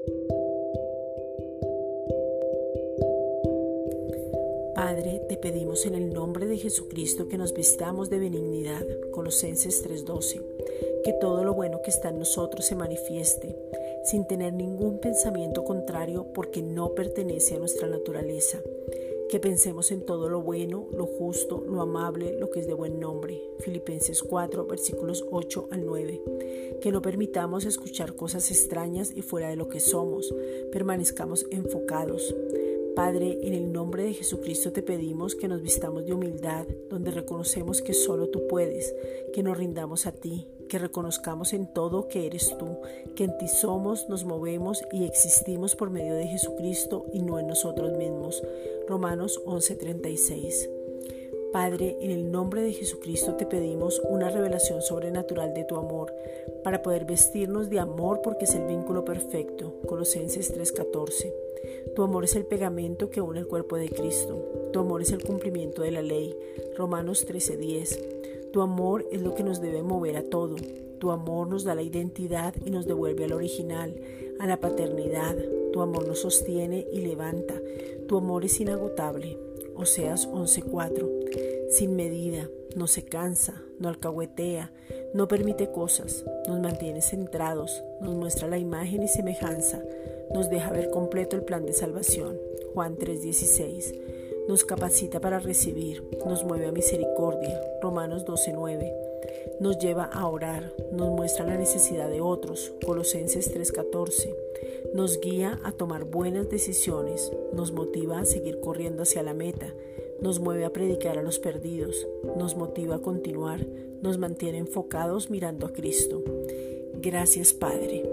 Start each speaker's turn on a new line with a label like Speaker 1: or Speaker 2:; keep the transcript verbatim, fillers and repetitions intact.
Speaker 1: Padre, te pedimos en el nombre de Jesucristo que nos vistamos de benignidad, Colosenses tres doce, que todo lo bueno que está en nosotros se manifieste, sin tener ningún pensamiento contrario porque no pertenece a nuestra naturaleza, que pensemos en todo lo bueno, lo justo, lo amable, lo que es de buen nombre, Filipenses cuatro, versículos ocho al nueve, que no permitamos escuchar cosas extrañas y fuera de lo que somos, permanezcamos enfocados. Padre, en el nombre de Jesucristo te pedimos que nos vistamos de humildad, donde reconocemos que solo tú puedes, que nos rindamos a ti, que reconozcamos en todo que eres tú, que en ti somos, nos movemos y existimos por medio de Jesucristo y no en nosotros mismos. Romanos once treinta y seis. Padre, en el nombre de Jesucristo te pedimos una revelación sobrenatural de tu amor, para poder vestirnos de amor porque es el vínculo perfecto, Colosenses tres catorce. Tu amor es el pegamento que une el cuerpo de Cristo. Tu amor es el cumplimiento de la ley, Romanos trece diez. Tu amor es lo que nos debe mover a todo. Tu amor nos da la identidad y nos devuelve al original, a la paternidad. Tu amor nos sostiene y levanta. Tu amor es inagotable, Oseas once cuatro. Sin medida, no se cansa, no alcahuetea, no permite cosas, nos mantiene centrados, nos muestra la imagen y semejanza, nos deja ver completo el plan de salvación, Juan tres dieciséis, nos capacita para recibir, nos mueve a misericordia, Romanos doce nueve, nos lleva a orar, nos muestra la necesidad de otros, Colosenses tres catorce, nos guía a tomar buenas decisiones, nos motiva a seguir corriendo hacia la meta, nos mueve a predicar a los perdidos, nos motiva a continuar, nos mantiene enfocados mirando a Cristo. Gracias, Padre.